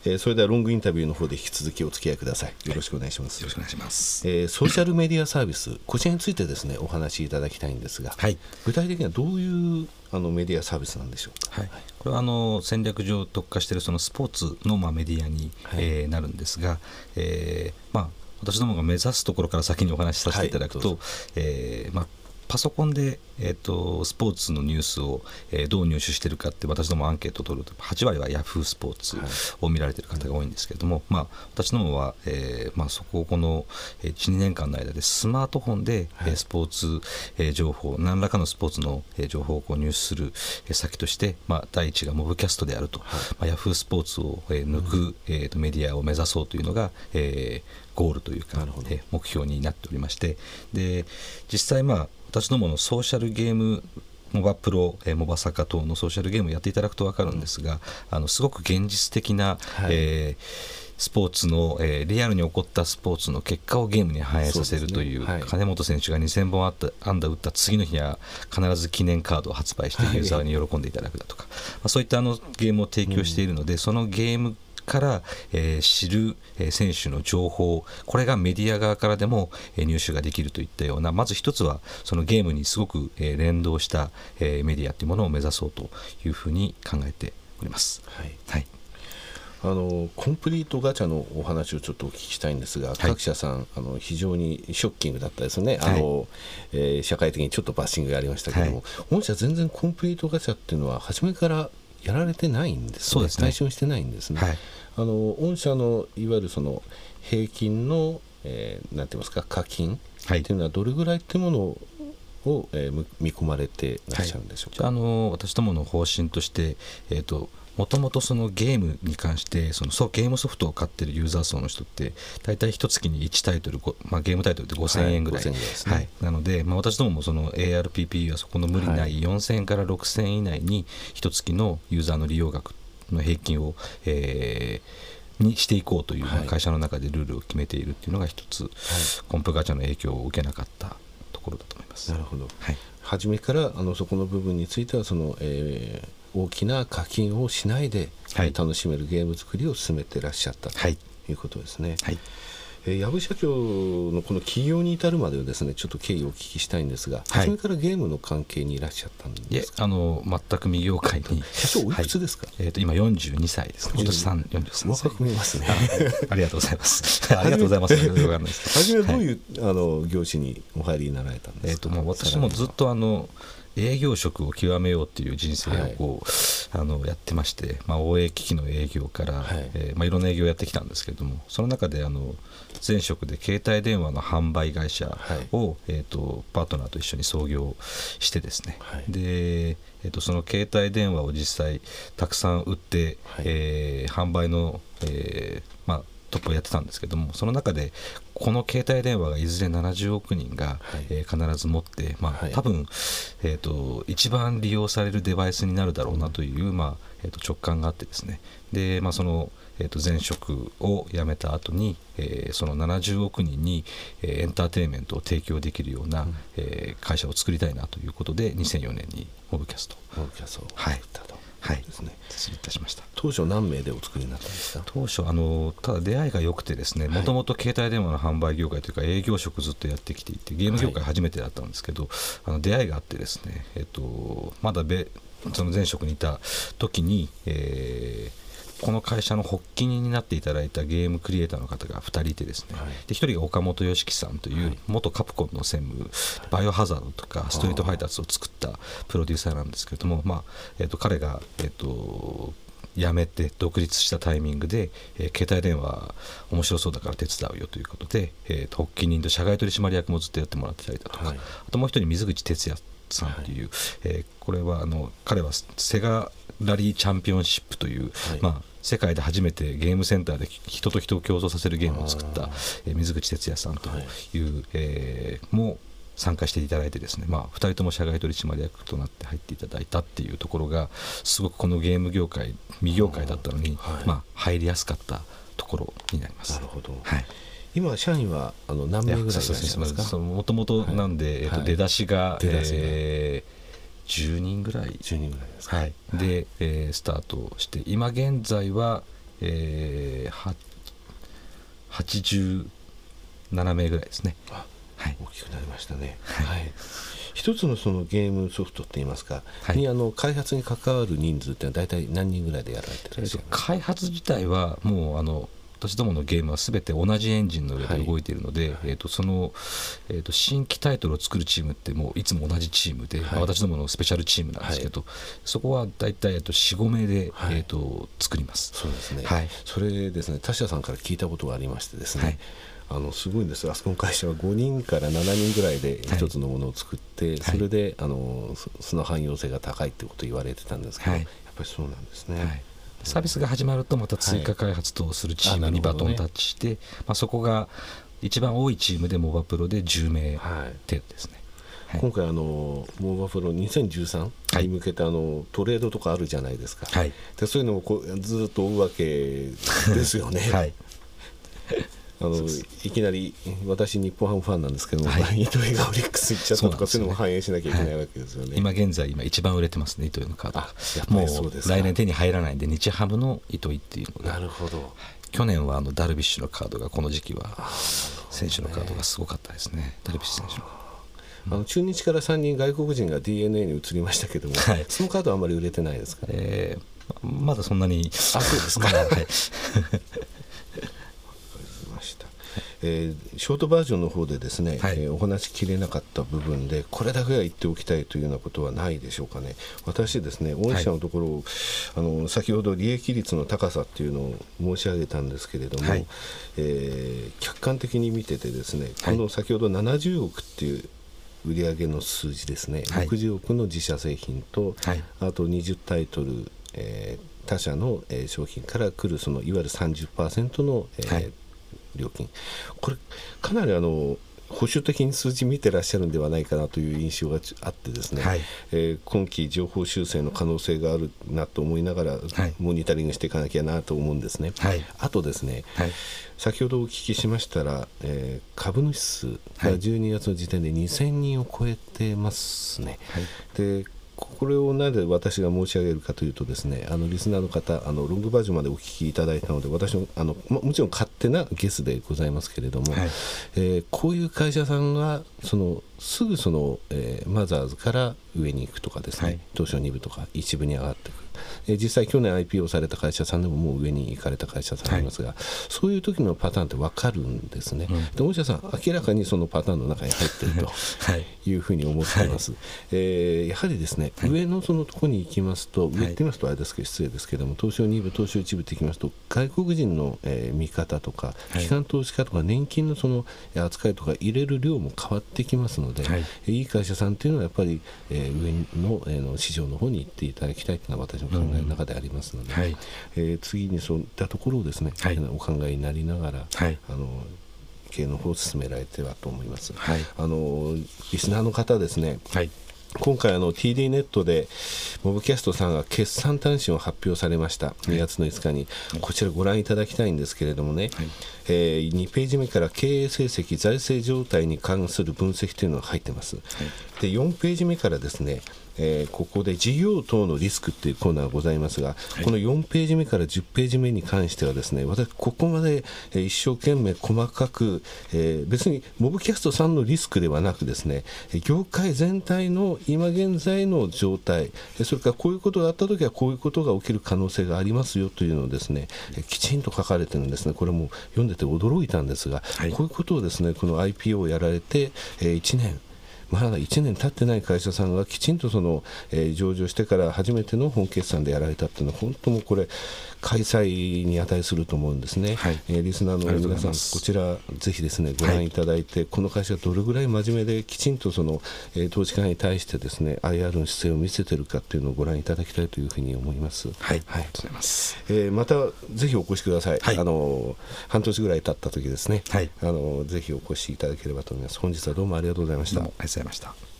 それではロングインタビューの方で引き続きお付き合いください。よろしくお願いします。 よろしくお願いします。 ソーシャルメディアサービス、こちらについてですねお話しいただきたいんですが、 はい、 具体的にはどういうメディアサービスなんでしょうか。 はい、これは戦略上特化しているそのスポーツのメディアに、なるんですが、私どもが目指すところから先にお話しさせていただくと、パソコンで、スポーツのニュースを、どう入手しているかって私どもアンケートを取ると8割はヤフースポーツを見られている方が多いんですけれども、私どもは、そこをこの 1,2 年間の間でスマートフォンで、スポーツ、情報何らかのスポーツの、情報をこう入手する、先として、第一がモブキャストであると、ヤフースポーツを、抜く、メディアを目指そうというのが、ゴールというか、目標になっておりまして、で実際私どものソーシャルゲームモバプロ、モバサカ等のソーシャルゲームをやっていただくと分かるんですが、すごく現実的な、スポーツの、リアルに起こったスポーツの結果をゲームに反映させるという、金本選手が2000本安打打った次の日には必ず記念カードを発売してユーザーに喜んでいただくだとか、そういったゲームを提供しているので、そのゲームから、知る、選手の情報、これがメディア側からでも、入手ができるといったような、まず一つはそのゲームにすごく、連動した、メディアというものを目指そうというふうに考えております。 コンプリートガチャのお話をちょっとお聞きしたいんですが、各社さん非常にショッキングだったですね。社会的にちょっとバッシングがありましたけども、御社全然コンプリートガチャっていうのは初めからやられてないんですね。 そうですね、 対象してないんですね。御社のいわゆるその平均の、なんて言いますか、課金っていうのはどれぐらいっていうものを、見込まれていらっしゃるんでしょうか。 私どもの方針として、もともとそのゲームに関してゲームソフトを買っているユーザー層の人って大体1月に1タイトル、ゲームタイトルで5000円ぐらい、なので、私どももその ARPP はそこの無理ない4000円から6000円以内に1月のユーザーの利用額の平均を、にしていこうという会社の中でルールを決めているというのが一つ、コンプガチャの影響を受けなかったところだと思います。 なるほど、初めからそこの部分については大きな課金をしないで、楽しめるゲーム作りを進めていらっしゃったということですね。矢部社長のこの起業に至るまではですね、ちょっと経緯をお聞きしたいんですが、初めからゲームの関係にいらっしゃったんですか。 全く未業界に。 社長おいくつですか。 今42歳です。今年43歳。 若く見えますね。 ありがとうございます。ありがとうございます。 初めはどういう業種にお入りになられたんですか。 私もずっと営業職を極めようという人生をやってまして、応援機器の営業から、いろんな営業をやってきたんですけれども、その中で前職で携帯電話の販売会社を、パートナーと一緒に創業してですね、で、その携帯電話を実際たくさん売って、販売の、トップをやってたんですけども、その中でこの携帯電話がいずれ70億人が、必ず持って、多分、一番利用されるデバイスになるだろうなという、直感があってですね、で、その前職を辞めた後に、その70億人に、エンターテインメントを提供できるような、会社を作りたいなということで2004年にモブキャストを作ったと。設立いたしました。 当初何名でお作りになったんですか。 当初ただ出会いが良くてですね、もともと携帯電話の販売業界というか営業職ずっとやってきていて、ゲーム業界初めてだったんですけど、出会いがあってですね、まだその前職にいた時に、この会社の発起人になっていただいたゲームクリエイターの方が2人いてですね、で1人が岡本良樹さんという元カプコンの専務、バイオハザードとかストリートファイターズを作ったプロデューサーなんですけれども、彼が、辞めて独立したタイミングで、携帯電話面白そうだから手伝うよということで、発起人と社外取締役もずっとやってもらってたりだとか、あともう一人水口哲也さんという、これは彼はセガラリーチャンピオンシップという、世界で初めてゲームセンターで人と人を共存させるゲームを作った、水口哲也さんという、も参加していただいてですね、2人とも社外取締役となって入っていただいたっていうところがすごくこのゲーム業界未業界だったのに、入りやすかったところになります。 なるほど。今社員は何名ぐらいいらっしゃいますか。 もともとなんで、出だしが、10人ぐらいですか。 で、スタートして今現在は 87名ぐらいですね。 はい、大きくなりましたね。はい、一つのそのゲームソフトっていいますか、に開発に関わる人数ってのは大体何人ぐらいでやられてるんですか。 開発自体はもう私どものゲームは全て同じエンジンの上で動いているので、新規タイトルを作るチームってもういつも同じチームで、私どものスペシャルチームなんですけど、そこは大体4、5名で、作ります。 そうですね、それですね、他社さんから聞いたことがありましてですね、すごいんです。あそこの会社は5人から7人ぐらいで一つのものを作って、それでその汎用性が高いってことを言われてたんですけど、やっぱりそうなんですね。 サービスが始まるとまた追加開発等をするチームにバトンタッチして、そこが一番多いチームでモバプロで10名程度ですね。 今回モバプロ2013に向けてトレードとかあるじゃないですか。でそういうのをずっと追うわけですよね。いきなり私日本ハムファンなんですけども、糸井がオリックス行っちゃったとかそういうのも反映しなきゃいけないわけですよね。 今現在一番売れてますね、糸井のカードが。もう来年手に入らないんで、日ハムの糸井っていうのが。 なるほど。 去年はダルビッシュのカードが、この時期は選手のカードがすごかったですね。ダルビッシュ選手の中日から3人外国人が DNA に移りましたけども、そのカードはあまり売れてないですか。 まだそんなに。 そうですか。ショートバージョンの方でですね、お話しきれなかった部分でこれだけは言っておきたいというようなことはないでしょうかね。私ですね、御社のところ、先ほど利益率の高さっていうのを申し上げたんですけれども、客観的に見ててですね、この先ほど70億っていう売上の数字ですね、60億の自社製品と、あと20タイトル、他社の商品から来るそのいわゆる 30% の料金、これかなり保守的に数字見てらっしゃるんではないかなという印象があってですね、今期情報修正の可能性があるなと思いながら、モニタリングしていかなきゃなと思うんですね。あとですね、先ほどお聞きしましたら、株主数が12月の時点で2000人を超えてますね。でこれをなぜ私が申し上げるかというとですね、リスナーの方ロングバージョンまでお聞きいただいたので、私のもちろん勝手なゲスでございますけれども、こういう会社さんがすぐマザーズから上に行くとかですね、東証2部とか一部に上がっていく、実際去年 IPO された会社さんでももう上に行かれた会社さんありますが、そういう時のパターンって分かるんですね。で大社さん明らかにそのパターンの中に入っているというふうに思っています。やはりですね、上のそのところに行きますと、上って言いますとあれですけど失礼ですけども、東証2部東証1部っていきますと外国人の見方とか機関投資家とか年金のその扱いとか入れる量も変わってきますので、いい会社さんっていうのはやっぱり上の市場の方に行っていただきたいというのは私の考えの中でありますので、次にそういったところをですね、お考えになりながら、経営の方を進められてはと思います。リスナーの方ですね、今回TD ネットでモブキャストさんが決算短信を発表されました。2月の5日にこちらご覧いただきたいんですけれどもね、2ページ目から経営成績財政状態に関する分析というのが入ってます。で4ページ目からですね、ここで事業等のリスクっていうコーナーがございますが、この4ページ目から10ページ目に関してはですね、私ここまで一生懸命細かく、別にモブキャストさんのリスクではなくですね、業界全体の今現在の状態、それからこういうことがあったときはこういうことが起きる可能性がありますよというのをですね、きちんと書かれてるんですね。これも読んでて驚いたんですが、こういうことをですね、この IPO をやられて1年まだ1年経ってない会社さんがきちんと上場してから初めての本決算でやられたっていうのは本当もうこれ開催に値すると思うんですね。リスナーの皆さんこちらぜひですねご覧いただいて、この会社がどれぐらい真面目できちんと投資家に対してですね IR の姿勢を見せているかっていうのをご覧いただきたいというふうに思います。 ありがとうございます。 またぜひお越しください。半年ぐらい経った時ですね、ぜひお越しいただければと思います。本日はどうもありがとうございました。 ありがとうございました。